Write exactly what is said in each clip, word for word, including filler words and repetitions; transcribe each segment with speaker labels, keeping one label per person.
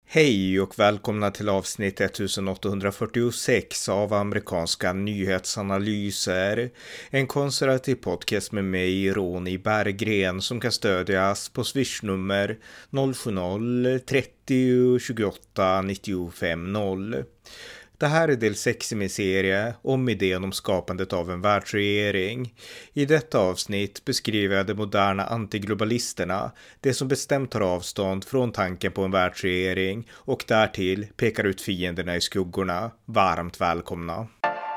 Speaker 1: Hej och välkomna till avsnitt ettusενåttahundrafyrtiosex av amerikanska nyhetsanalyser. En konservativ podcast med mig, Ronny Berggren, som kan stödjas på swishnummer noll sju noll trettio tjugoåtta nittiofem noll. Det här är del sex i min serie om idén om skapandet av en världsregering. I detta avsnitt beskriver jag de moderna antiglobalisterna, det som bestämt tar avstånd från tanken på en världsregering och därtill pekar ut fienderna i skuggorna. Varmt välkomna!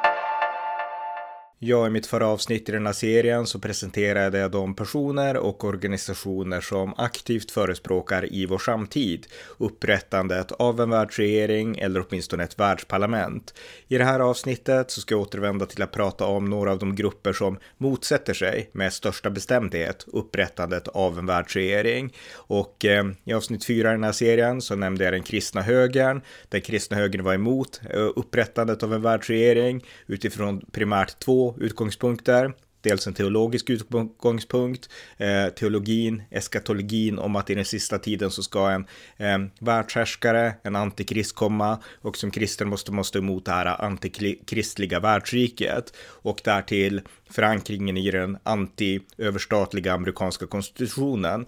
Speaker 1: Ja, i mitt förra avsnitt i den här serien så presenterade jag de personer och organisationer som aktivt förespråkar i vår samtid upprättandet av en världsregering eller åtminstone ett världsparlament. I det här avsnittet så ska jag återvända till att prata om några av de grupper som motsätter sig med största bestämdhet upprättandet av en världsregering. Och eh, i avsnitt fyra i den här serien så nämnde jag den kristna högern. Den kristna högern var emot eh, upprättandet av en världsregering utifrån primärt två utgångspunkter. Dels en teologisk utgångspunkt, eh, teologin, eskatologin om att i den sista tiden så ska en eh, världshärskare, en antikrist komma, och som kristen måste man stå emot det här antikristliga världsriket, och därtill förankringen i den anti-överstatliga amerikanska konstitutionen,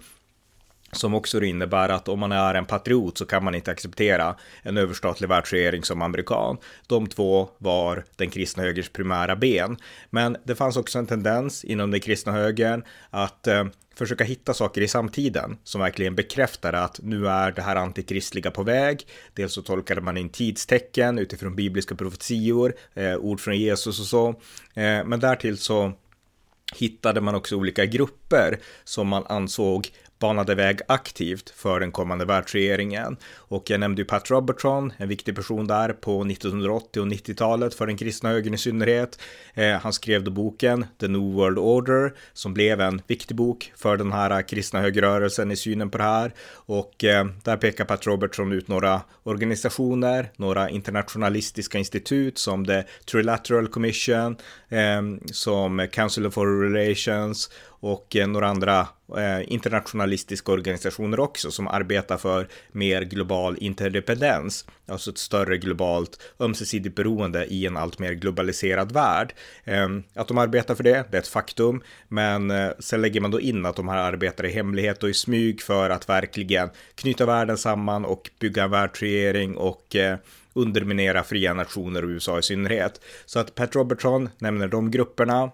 Speaker 1: som också innebär att om man är en patriot så kan man inte acceptera en överstatlig världsregering som amerikan. De två var den kristna högerns primära ben. Men det fanns också en tendens inom den kristna högern att eh, försöka hitta saker i samtiden som verkligen bekräftar att nu är det här antikristliga på väg. Dels så tolkade man in tidstecken utifrån bibliska profetior, eh, ord från Jesus och så. Eh, men därtill så hittade man också olika grupper som man ansåg banade väg aktivt för den kommande världsregeringen. Och jag nämnde ju Pat Robertson, en viktig person där på nittonhundraåttio- och nittiotalet för den kristna högern i synnerhet. Eh, han skrev då boken The New World Order, som blev en viktig bok för den här kristna högerrörelsen i synen på det här. Och eh, där pekar Pat Robertson ut några organisationer, några internationalistiska institut som The Trilateral Commission, eh, som Council of Foreign Relations och eh, några andra eh, internationalistiska organisationer också som arbetar för mer global interdependens, alltså ett större globalt ömsesidigt beroende i en allt mer globaliserad värld. Eh, att de arbetar för det, det är ett faktum, men eh, sen lägger man då in att de här arbetar i hemlighet och i smyg för att verkligen knyta världen samman och bygga en världsregering och eh, underminera fria nationer och U S A i synnerhet. Så att Pat Robertson nämner de grupperna.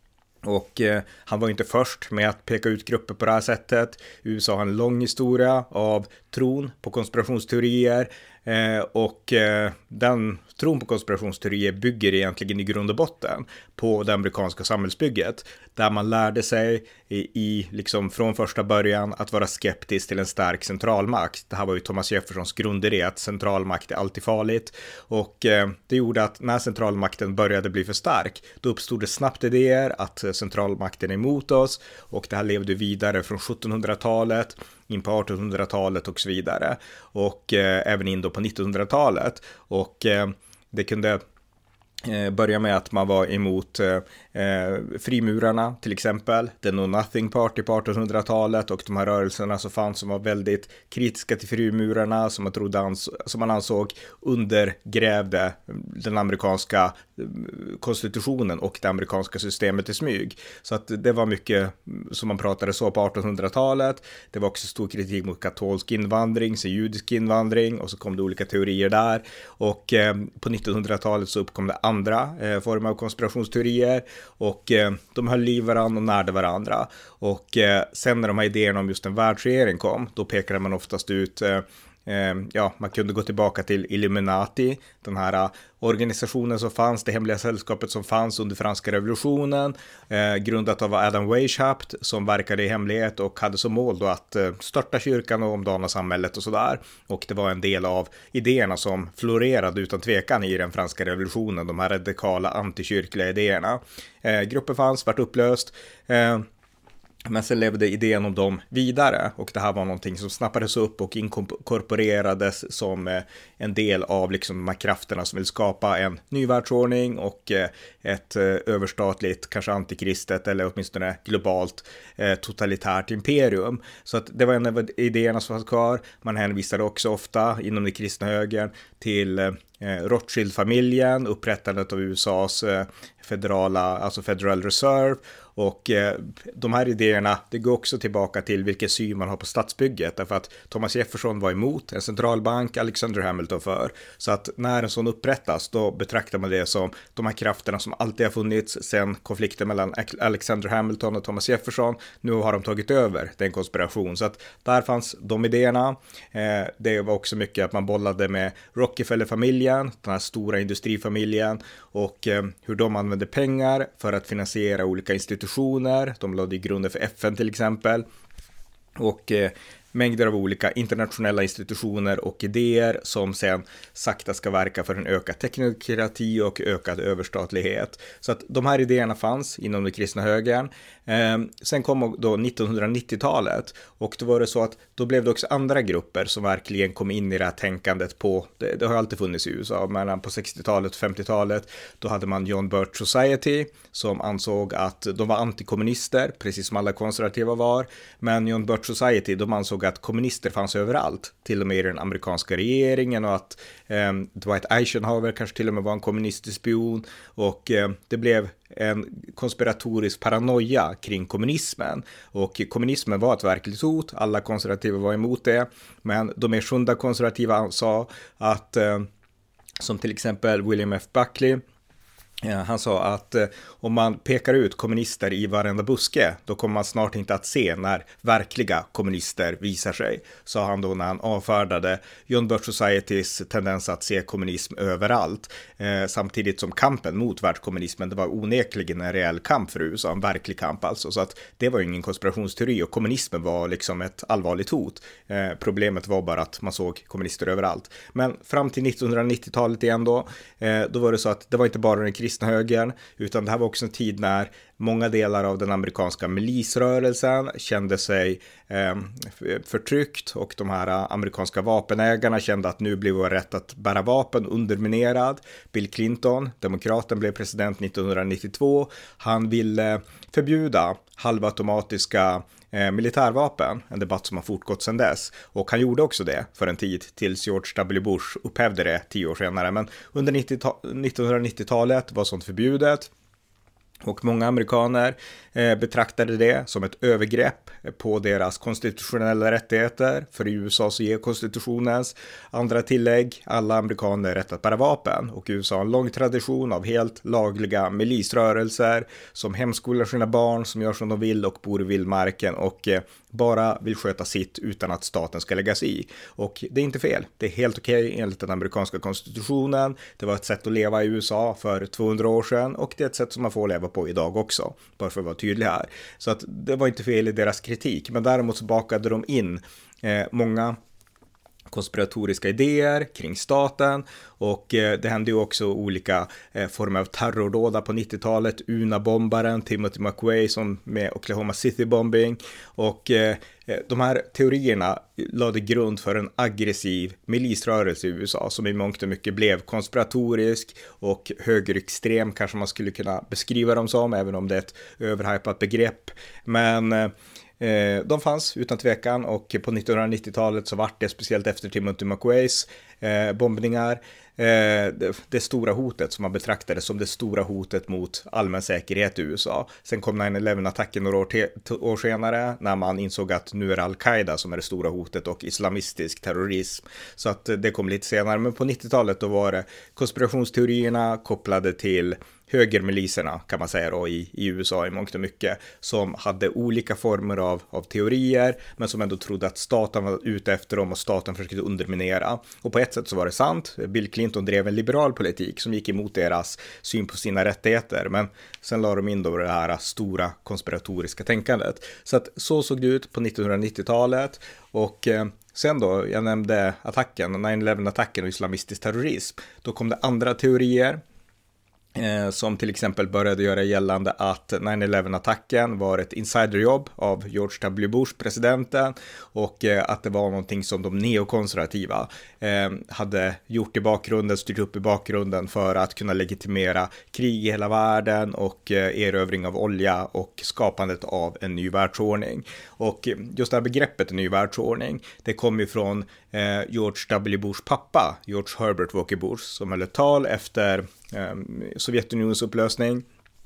Speaker 1: Och eh, han var inte först med att peka ut grupper på det här sättet. U S A har en lång historia av tron på konspirationsteorier eh, och eh, den tron på konspirationsteorier bygger egentligen i grund och botten på det amerikanska samhällsbygget, där man lärde sig i, i liksom från första början att vara skeptisk till en stark centralmakt. Det här var ju Thomas Jeffersons grundidé att centralmakt är alltid farligt, och eh, det gjorde att när centralmakten började bli för stark, då uppstod det snabbt idéer att centralmakten är emot oss, och det här levde vidare från sjuttonhundratalet in på artonhundratalet och så vidare, och eh, även in då på nittonhundratalet. Och eh, det kunde eh, börja med att man var emot eh, eh, frimurarna till exempel, The Know Nothing Party på artonhundratalet, och de här rörelserna som fanns som var väldigt kritiska till frimurarna, som man, trodde ans- som man ansåg undergrävde den amerikanska konstitutionen och det amerikanska systemet i smyg. Så att det var mycket som man pratade så på artonhundratalet. Det var också stor kritik mot katolsk invandring, så judisk invandring, och så kom det olika teorier där. Och eh, på nittonhundratalet så uppkom det andra eh, former av konspirationsteorier, och eh, de höll liv varandra och närde varandra. Och eh, sen när de här idéerna om just en världsregering kom, då pekade man oftast ut eh, ja, man kunde gå tillbaka till Illuminati, den här organisationen som fanns, det hemliga sällskapet som fanns under franska revolutionen, eh, grundat av Adam Weishaupt, som verkade i hemlighet och hade som mål då att eh, störta kyrkan och omdana samhället och sådär. Och det var en del av idéerna som florerade utan tvekan i den franska revolutionen, de här radikala antikyrkliga idéerna. Eh, gruppen fanns, vart upplöst. Eh, Men sen levde idén om dem vidare och det här var någonting som snappades upp och inkorporerades som en del av liksom de här krafterna som vill skapa en ny världsordning och ett överstatligt, kanske antikristet eller åtminstone globalt totalitärt imperium. Så att det var en av idéerna som var kvar. Man hänvisade också ofta inom den kristna högern till Rothschild-familjen, upprättandet av U S A:s federala, alltså Federal Reserve. Och eh, de här idéerna, det går också tillbaka till vilken syn man har på statsbygget. Därför att Thomas Jefferson var emot en centralbank, Alexander Hamilton för. Så att när en sån upprättas, då betraktar man det som de här krafterna som alltid har funnits sedan konflikten mellan Alexander Hamilton och Thomas Jefferson. Nu har de tagit över den konspiration. Så att där fanns de idéerna. Eh, det var också mycket att man bollade med Rockefeller-familjen, den här stora industrifamiljen. Och eh, hur de använde pengar för att finansiera olika institutioner. De lade i grunden för F N till exempel och eh, mängder av olika internationella institutioner och idéer som sen sakta ska verka för en ökad teknokrati och ökad överstatlighet. Så att de här idéerna fanns inom den kristna högern. Eh, sen kom då nittonhundranittiotalet och då var det så att då blev det också andra grupper som verkligen kom in i det här tänkandet på, det, det har alltid funnits i U S A, men på sextiotalet och femtiotalet då hade man John Birch Society som ansåg att de var antikommunister, precis som alla konservativa var, men John Birch Society de ansåg att kommunister fanns överallt, till och med i den amerikanska regeringen och att eh, Dwight Eisenhower kanske till och med var en kommunistisk spion och eh, det blev en konspiratorisk paranoia kring kommunismen och kommunismen var ett verkligt hot, alla konservativa var emot det, men de mer sunda konservativa sa att eh, som till exempel William F. Buckley. Ja, han sa att eh, om man pekar ut kommunister i varenda buske då kommer man snart inte att se när verkliga kommunister visar sig, sa han då när han avfärdade John Birch Societys tendens att se kommunism överallt. Eh, samtidigt som kampen mot världskommunismen det var onekligen en reell kamp för U S A, en verklig kamp alltså, så att det var ingen konspirationsteori och kommunismen var liksom ett allvarligt hot. Eh, problemet var bara att man såg kommunister överallt. Men fram till nittonhundranittiotalet igen då, eh, då var det så att det var inte bara den kristna högern, utan det här var också en tid när många delar av den amerikanska milisrörelsen kände sig eh, förtryckt och de här amerikanska vapenägarna kände att nu blev vår rätt att bära vapen underminerad. Bill Clinton, demokraten, blev president nittonhundranittiotvå. Han ville förbjuda halvautomatiska eh, militärvapen, en debatt som har fortgått sedan dess. Och han gjorde också det för en tid tills George W. Bush upphävde det tio år senare. Men under nittonhundranittiotalet var sånt förbjudet. Och många amerikaner eh, betraktade det som ett övergrepp på deras konstitutionella rättigheter. För i U S A så ger konstitutionens andra tillägg alla amerikaner rätt att bära vapen. Och U S A har en lång tradition av helt lagliga milisrörelser som hemskolar sina barn, som gör som de vill och bor i vildmarken och eh, bara vill sköta sitt utan att staten ska lägga sig i. Och det är inte fel. Det är helt okej enligt den amerikanska konstitutionen. Det var ett sätt att leva i U S A för tvåhundra år sedan och det är ett sätt som man får leva på idag också. Bara för att vara tydlig här. Så att det var inte fel i deras kritik. Men däremot så bakade de in eh, många konspiratoriska idéer kring staten och eh, det hände ju också olika eh, former av terrordåd på nittiotalet. Una-bombaren, Timothy McVeigh som med Oklahoma City-bombing och eh, de här teorierna lade grund för en aggressiv milisrörelse i U S A som i mångt och mycket blev konspiratorisk och högerextrem kanske man skulle kunna beskriva dem som, även om det är ett överhypat begrepp. Men eh, de fanns utan tvekan och på nittonhundranittiotalet så var det speciellt efter Timothy McVeighs eh, bombningar eh, det, det stora hotet som man betraktade som det stora hotet mot allmän säkerhet i U S A. Sen kom nine eleven-attacken några år, te- år senare när man insåg att nu är det Al-Qaida som är det stora hotet och islamistisk terrorism. Så att det kom lite senare, men på nittiotalet då var det konspirationsteorierna kopplade till högermiliserna kan man säga då i, i U S A i mångt och mycket som hade olika former av, av teorier men som ändå trodde att staten var ute efter dem och staten försökte underminera. Och på ett sätt så var det sant. Bill Clinton drev en liberal politik som gick emot deras syn på sina rättigheter, men sen la de in då det här stora konspiratoriska tänkandet. Så att så såg det ut på nittonhundranittiotalet och eh, sen då, jag nämnde attacken, nine eleven-attacken och islamistisk terrorism. Då kom det andra teorier. som till exempel började göra gällande att nine eleven-attacken var ett insiderjobb av George W. Bush, presidenten, och att det var någonting som de neokonservativa hade gjort i bakgrunden, styrt upp i bakgrunden för att kunna legitimera krig i hela världen och erövring av olja och skapandet av en ny världsordning. Och just det här begreppet en ny världsordning, det kom ju från George W. Bush pappa, George Herbert Walker Bush, som höll ett tal efter Sovjetunionens upplösning,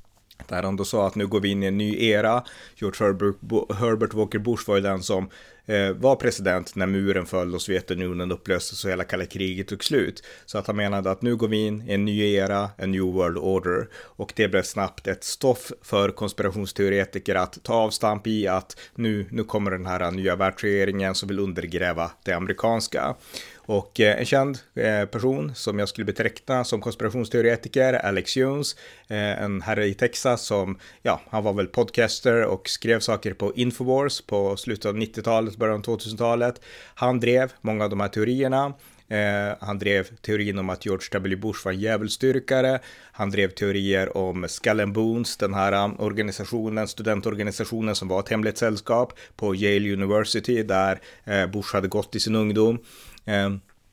Speaker 1: där han då sa att nu går vi in i en ny era. George Herbert, Herbert Walker Bush var ju den som eh, var president när muren föll och Sovjetunionen upplöstes och hela kalla kriget tog slut. Så att han menade att nu går vi in i en ny era, en new world order. Och det blev snabbt ett stoff för konspirationsteoretiker att ta avstamp i att nu, nu kommer den här nya världsregeringen som vill undergräva det amerikanska. Och eh, en känd eh, person som jag skulle beteckna som konspirationsteoretiker, Alex Jones, eh, en herre i Texas som, ja, han var väl podcaster och skrev saker på Infowars på slutet av nittiotalet, början av tvåtusentalet. Han drev många av de här teorierna. Eh, han drev teorin om att George W. Bush var en djävulsdyrkare. Han drev teorier om Skull and Bones, den här organisationen, studentorganisationen som var ett hemligt sällskap på Yale University där eh, Bush hade gått i sin ungdom. Eh,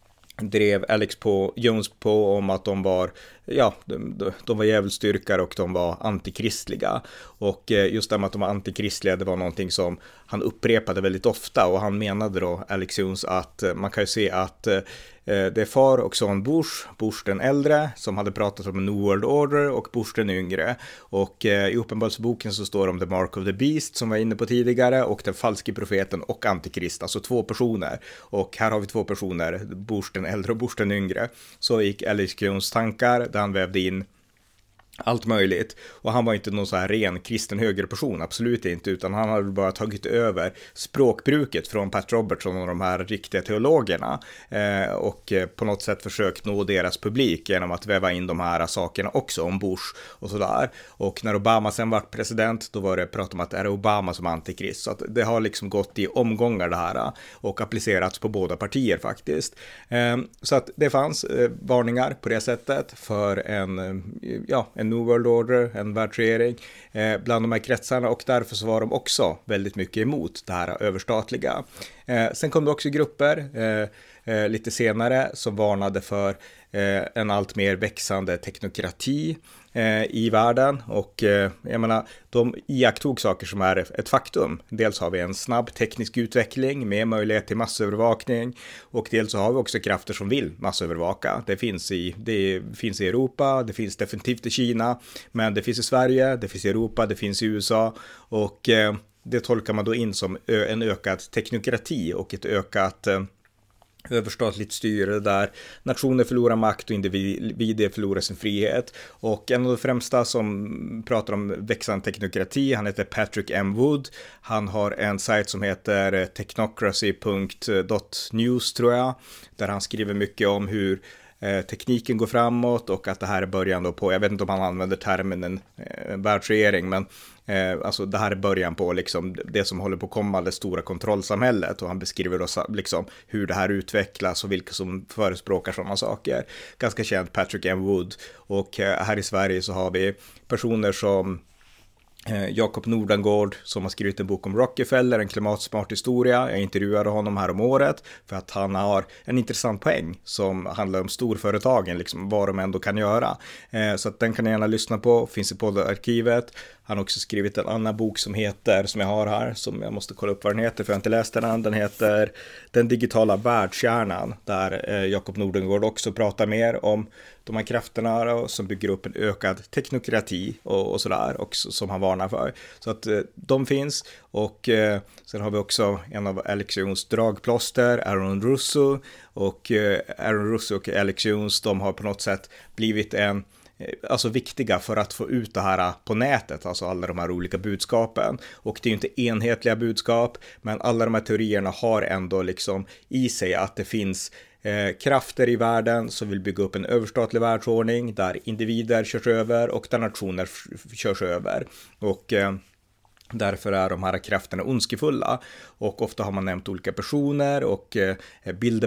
Speaker 1: drev Alex på, Jones på om att de var, ja, de, de var djävulsdyrkare och de var antikristliga. Och eh, just det med att de var antikristliga, det var någonting som han upprepade väldigt ofta, och han menade då, Alex Jones, att eh, man kan ju se att eh, det är far och son Bush, Bush den äldre, som hade pratat om en New World Order, och Bush den yngre. Och eh, i Uppenbarelseboken så står det om The Mark of the Beast som var inne på tidigare, och den falske profeten och antikrist, alltså två personer. Och här har vi två personer, Bush den äldre och Bush den yngre. Så gick Alex Jones tankar där han vävde in allt möjligt. Och han var inte någon så här ren kristen högerperson, absolut inte, utan han hade bara tagit över språkbruket från Pat Robertson och de här riktiga teologerna eh, och på något sätt försökt nå deras publik genom att väva in de här sakerna också om Bush och sådär. Och när Obama sen var president, då var det prat om att det är Obama som antikrist. Så att det har liksom gått i omgångar det här och applicerats på båda partier faktiskt. Eh, så att det fanns eh, varningar på det sättet för en, ja, en New World Order, en världsregering eh, bland de här kretsarna, och därför så var de också väldigt mycket emot det här överstatliga. Eh, sen kom det också grupper eh, eh, lite senare som varnade för eh, en allt mer växande teknokrati eh, i världen, och eh, jag menar, de iakttog saker som är ett faktum. Dels har vi en snabb teknisk utveckling med möjlighet till massövervakning, och dels så har vi också krafter som vill massövervaka. Det finns i, det finns i Europa, det finns definitivt i Kina, men det finns i Sverige, det finns i Europa, det finns i U S A, och eh, det tolkar man då in som en ökad teknokrati och ett ökat eh, överstatligt styre där nationer förlorar makt och individer förlorar sin frihet. Och en av de främsta som pratar om växande teknokrati, han heter Patrick M. Wood. Han har en sajt som heter technocracy punkt news tror jag, där han skriver mycket om hur eh, tekniken går framåt och att det här är början då på, jag vet inte om han använder termen en eh, världsregering, men Eh, alltså det här är början på liksom det som håller på att komma, det stora kontrollsamhället, och han beskriver då liksom hur det här utvecklas och vilka som förespråkar sådana saker. Ganska känd, Patrick M. Wood. Och eh, här i Sverige så har vi personer som Jakob Nordangård som har skrivit en bok om Rockefeller, en klimatsmart historia. Jag intervjuade honom här om året för att han har en intressant poäng som handlar om storföretagen, liksom vad de ändå kan göra. Eh, så att den kan ni gärna lyssna på, finns i poddarkivet. Han har också skrivit en annan bok som heter, som jag har här, som jag måste kolla upp vad den heter för jag har inte läst den än. Den heter Den digitala världskärnan, där eh, Jakob Nordangård också pratar mer om de här krafterna då, som bygger upp en ökad teknokrati och, och sådär, och som han varnar för. Så att eh, de finns, och eh, sen har vi också en av Alex Jones dragplåster, Aaron Russo, och eh, Aaron Russo och Alex Jones, de har på något sätt blivit en alltså viktiga för att få ut det här på nätet, alltså alla de här olika budskapen. Och det är ju inte enhetliga budskap, men alla de här teorierna har ändå liksom i sig att det finns eh, krafter i världen som vill bygga upp en överstatlig världsordning där individer körs över och där nationer f- körs över. Och eh, därför är de här krafterna ondskefulla, och ofta har man nämnt olika personer, och eh,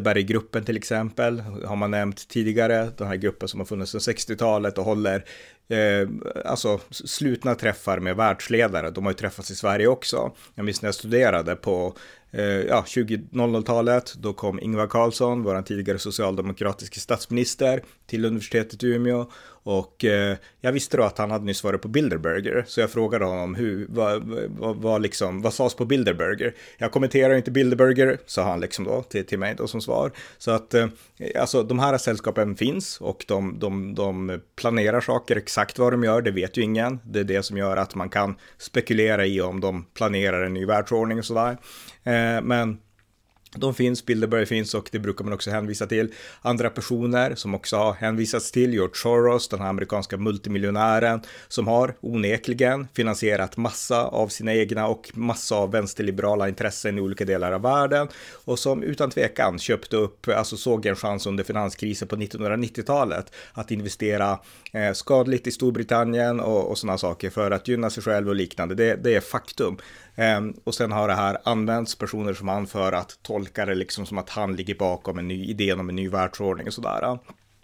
Speaker 1: Bilderberggruppen till exempel har man nämnt tidigare, den här gruppen som har funnits sedan sextiotalet och håller eh, alltså slutna träffar med världsledare. De har ju träffats i Sverige också. Jag minns när jag studerade på eh, ja, tjugohundratalet, då kom Ingvar Carlsson, vår tidigare socialdemokratiska statsminister, till universitetet i Umeå. Och eh, jag visste då att han hade nyss varit på Bilderberger, så jag frågade honom hur, vad, vad, vad, liksom, vad sades på Bilderberger. Jag kommenterar inte Bilderberger, sa han liksom då till, till mig då som svar. Så att eh, alltså, de här sällskapen finns och de, de, de planerar saker, exakt vad de gör, det vet ju ingen. Det är det som gör att man kan spekulera i om de planerar en ny världsordning och sådär. Eh, men de finns, Bilderberg finns, och det brukar man också hänvisa till. Andra personer som också har hänvisats till, George Soros, den här amerikanska multimiljonären, som har onekligen finansierat massa av sina egna och massa av vänsterliberala intressen i olika delar av världen, och som utan tvekan köpte upp, alltså såg en chans under finanskrisen på nittonhundranittiotalet att investera eh, skadligt i Storbritannien och, och sådana saker för att gynna sig själv och liknande. Det, det är faktum. Um, och sen har det här använts personer som anför att tolka det liksom som att han ligger bakom en ny idé om en ny världsordning och sådär.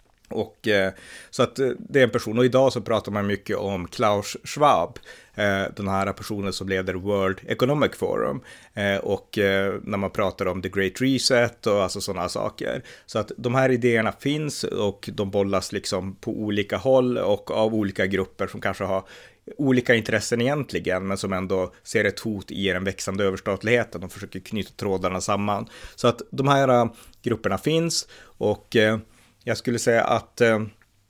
Speaker 1: Och eh, så att eh, det är en person, och idag så pratar man mycket om Klaus Schwab, eh, den här personen som leder World Economic Forum, eh, och eh, när man pratar om The Great Reset och alltså sådana saker. Så att de här idéerna finns och de bollas liksom på olika håll och av olika grupper som kanske har olika intressen egentligen, men som ändå ser ett hot i den växande överstatligheten och försöker knyta trådarna samman. Så att de här uh, grupperna finns, och uh, jag skulle säga att uh,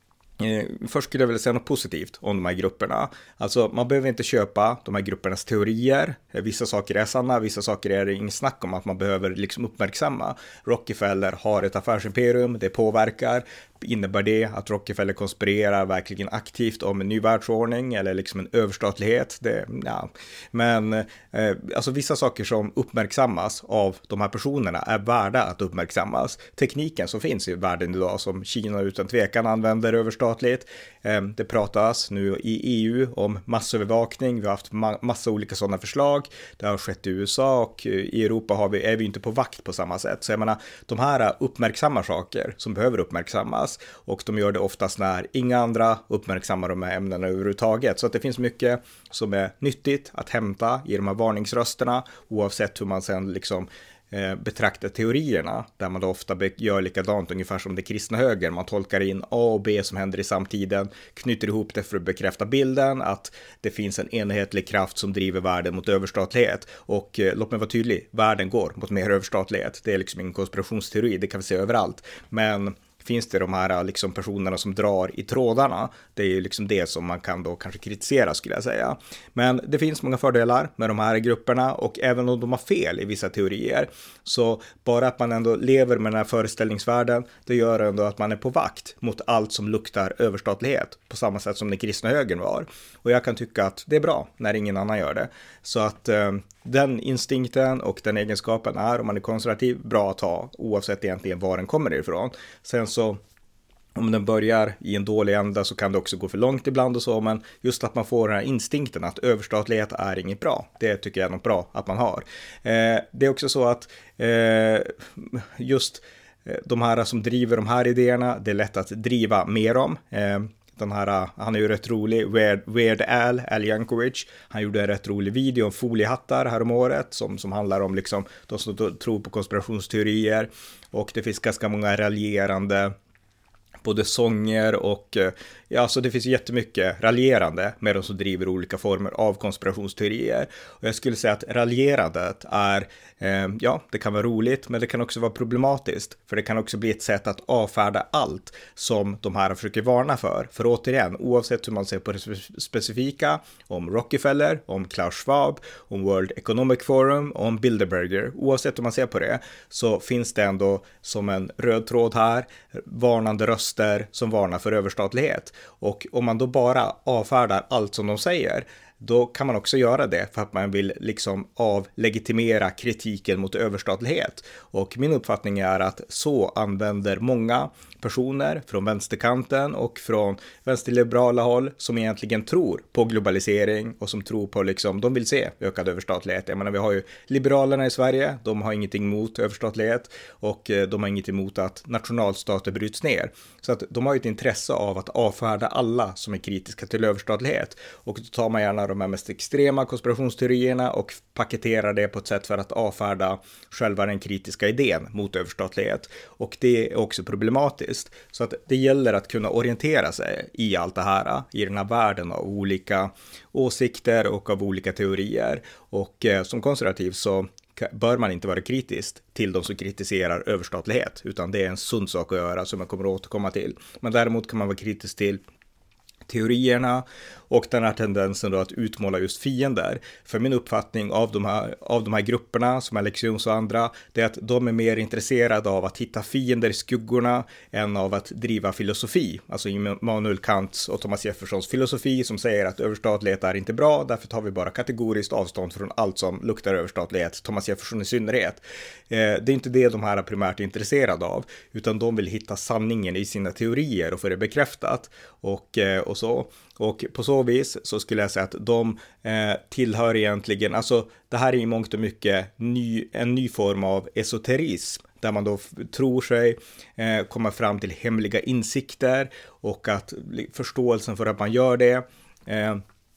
Speaker 1: Eh, först skulle jag vilja säga något positivt om de här grupperna. Alltså man behöver inte köpa de här gruppernas teorier. Vissa saker är sanna, vissa saker är det ingen snack om att man behöver liksom uppmärksamma. Rockefeller har ett affärsimperium, det påverkar. Innebär det att Rockefeller konspirerar verkligen aktivt om en ny världsordning eller liksom en överstatlighet? Det, ja. Men eh, alltså vissa saker som uppmärksammas av de här personerna är värda att uppmärksammas. Tekniken som finns i världen idag, som Kina utan tvekan använder överstatligt. Eh, det pratas nu i E U om massövervakning. Vi har haft ma- massa olika sådana förslag. Det har skett i U S A, och i Europa har vi, är vi inte på vakt på samma sätt. Så jag menar, de här uppmärksammar saker som behöver uppmärksammas. Och de gör det oftast när inga andra uppmärksammar de här ämnena överhuvudtaget. Så att det finns mycket som är nyttigt att hämta i de här varningsrösterna, oavsett hur man sen liksom eh, betraktar teorierna, där man då ofta gör likadant, ungefär som det kristna höger. Man tolkar in A och B som händer i samtiden, knyter ihop det för att bekräfta bilden att det finns en enhetlig kraft som driver världen mot överstatlighet. Och eh, låt mig vara tydlig, världen går mot mer överstatlighet. Det är liksom en konspirationsteori, det kan vi se överallt. Men finns det de här liksom personerna som drar i trådarna, det är ju liksom det som man kan då kanske kritisera, skulle jag säga. Men det finns många fördelar med de här grupperna, och även om de har fel i vissa teorier, så bara att man ändå lever med den här föreställningsvärlden, det gör ändå att man är på vakt mot allt som luktar överstatlighet, på samma sätt som den kristna högern var. Och jag kan tycka att det är bra när ingen annan gör det. Så att eh, den instinkten och den egenskapen är, om man är konservativ, bra att ha, oavsett egentligen var den kommer ifrån. Sen så, om den börjar i en dålig ända, så kan det också gå för långt ibland och så, men just att man får den här instinkten att överstatlighet är inget bra, det tycker jag är något bra att man har. Eh, det är också så att eh, just de här som driver de här idéerna, det är lätt att driva mer om. Eh, Den här, han är ju rätt rolig, Weird, Weird Al, Al Yankovic. Han gjorde en rätt rolig video om foliehattar här om året, som, som handlar om liksom de som tror på konspirationsteorier. Och det finns ganska många raljerande både sånger och ja, så det finns jättemycket raljerande med de som driver olika former av konspirationsteorier. Och jag skulle säga att raljerandet är, eh, ja, det kan vara roligt, men det kan också vara problematiskt. För det kan också bli ett sätt att avfärda allt som de här försöker varna för. För återigen, oavsett hur man ser på det specifika, om Rockefeller, om Klaus Schwab, om World Economic Forum, om Bilderberger, oavsett hur man ser på det, så finns det ändå som en röd tråd här, varnande röster som varnar för överstatlighet. Och om man då bara avfärdar allt som de säger, då kan man också göra det för att man vill liksom avlegitimera kritiken mot överstatlighet. Och min uppfattning är att så använder många personer från vänsterkanten och från vänsterliberala håll som egentligen tror på globalisering och som tror på liksom, de vill se ökad överstatlighet. Jag menar, vi har ju liberalerna i Sverige, de har ingenting emot överstatlighet och de har inget emot att nationalstater bryts ner. Så att de har ju ett intresse av att avfärda alla som är kritiska till överstatlighet. Och då tar man gärna de här mest extrema konspirationsteorierna och paketerar det på ett sätt för att avfärda själva den kritiska idén mot överstatlighet. Och det är också problematiskt. Så att det gäller att kunna orientera sig i allt det här, i den här världen av olika åsikter och av olika teorier. Och eh, som konservativ så bör man inte vara kritisk till de som kritiserar överstatlighet, utan det är en sund sak att göra som jag kommer att återkomma till. Men däremot kan man vara kritisk till teorierna och den här tendensen då att utmåla just fiender. För min uppfattning av de här, av de här grupperna som Alex Jones och andra, det är att de är mer intresserade av att hitta fiender i skuggorna än av att driva filosofi. Alltså Immanuel Kants och Thomas Jeffersons filosofi som säger att överstatlighet är inte bra, därför tar vi bara kategoriskt avstånd från allt som luktar överstatlighet, Thomas Jefferson i synnerhet. Eh, det är inte det de här är primärt intresserade av, utan de vill hitta sanningen i sina teorier och få det bekräftat och, eh, och så. Och på så vis så skulle jag säga att de eh, tillhör egentligen, alltså det här är i mångt och mycket ny, en ny form av esoterism där man då f- tror sig eh, komma fram till hemliga insikter och att förståelsen för att man gör det eh,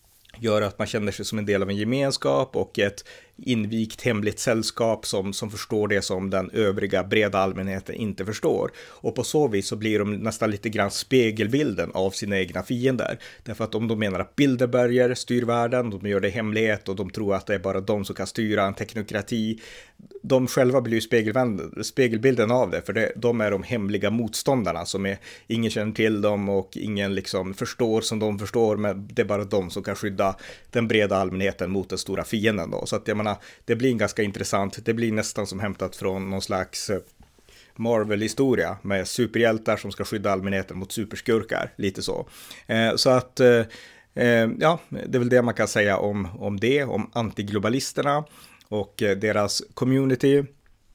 Speaker 1: gör att man känner sig som en del av en gemenskap och ett invikt hemligt sällskap som, som förstår det som den övriga breda allmänheten inte förstår. Och på så vis så blir de nästan lite grann spegelbilden av ssina egna fiender. Därför att om de menar att Bilderberger styr världen, de gör det i hemlighet och de tror att det är bara de som kan styra en teknokrati. De själva blir ju spegelbilden av det, för det, de är de hemliga motståndarna som är, ingen känner till dem och ingen liksom förstår som de förstår, men det är bara de som kan skydda den breda allmänheten mot den stora fienden då. Så att jag menar, det blir ganska intressant. Det blir nästan som hämtat från någon slags Marvel-historia med superhjältar som ska skydda allmänheten mot superskurkar, lite så. Eh, så att eh, ja, det är väl det man kan säga om, om det, om antiglobalisterna och eh, deras community.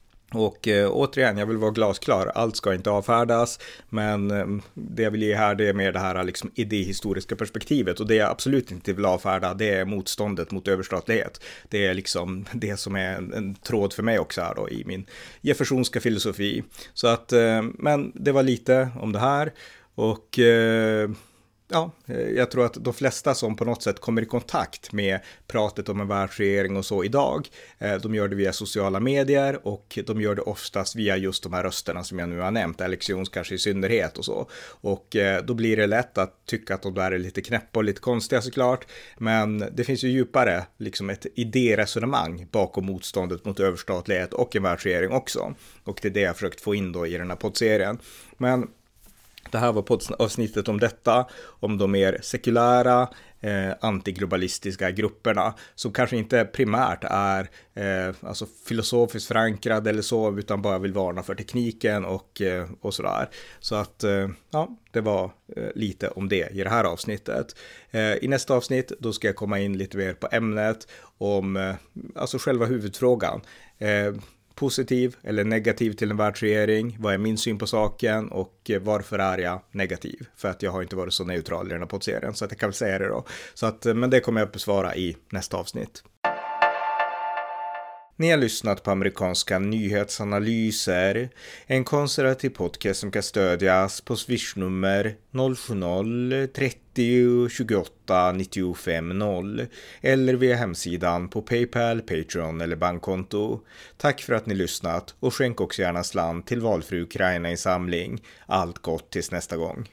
Speaker 1: Och eh, återigen, jag vill vara glasklar, allt ska inte avfärdas, men eh, det jag vill ge här, det är mer det här liksom idéhistoriska perspektivet, och det jag absolut inte vill avfärda, det är motståndet mot överstatlighet. Det är liksom det som är en, en tråd för mig också här då i min jeffersonska filosofi. Så att, eh, men det var lite om det här, och eh, ja, jag tror att de flesta som på något sätt kommer i kontakt med pratet om en världsregering och så idag, de gör det via sociala medier och de gör det oftast via just de här rösterna som jag nu har nämnt, Alex Jones kanske i synnerhet och så. Och då blir det lätt att tycka att de där är lite knäppa och lite konstiga såklart, men det finns ju djupare liksom ett idéresonemang bakom motståndet mot överstatlighet och en världsregering också. Och det är det jag har försökt få in då i den här poddserien. Men det här var poddavsnittet om detta, om de mer sekulära, eh, antiglobalistiska grupperna som kanske inte primärt är eh, alltså filosofiskt förankrade eller så, utan bara vill varna för tekniken och, eh, och sådär. Så att, eh, ja, det var eh, lite om det i det här avsnittet. Eh, I nästa avsnitt, då ska jag komma in lite mer på ämnet om eh, alltså själva huvudfrågan. Eh, Positiv eller negativ till en världsregering? Vad är min syn på saken och varför är jag negativ? För att jag har inte varit så neutral i den här poddserien, så att jag kan väl säga det då. Så att, men det kommer jag att besvara i nästa avsnitt. Ni har lyssnat på amerikanska nyhetsanalyser, en konservativ podcast som kan stödjas på swishnummer noll sju noll trettio tjugoåtta nittiofem noll eller via hemsidan på PayPal, Patreon eller bankkonto. Tack för att ni lyssnat, och skänk också gärna slant till valfri Ukraina-insamling. Allt gott tills nästa gång.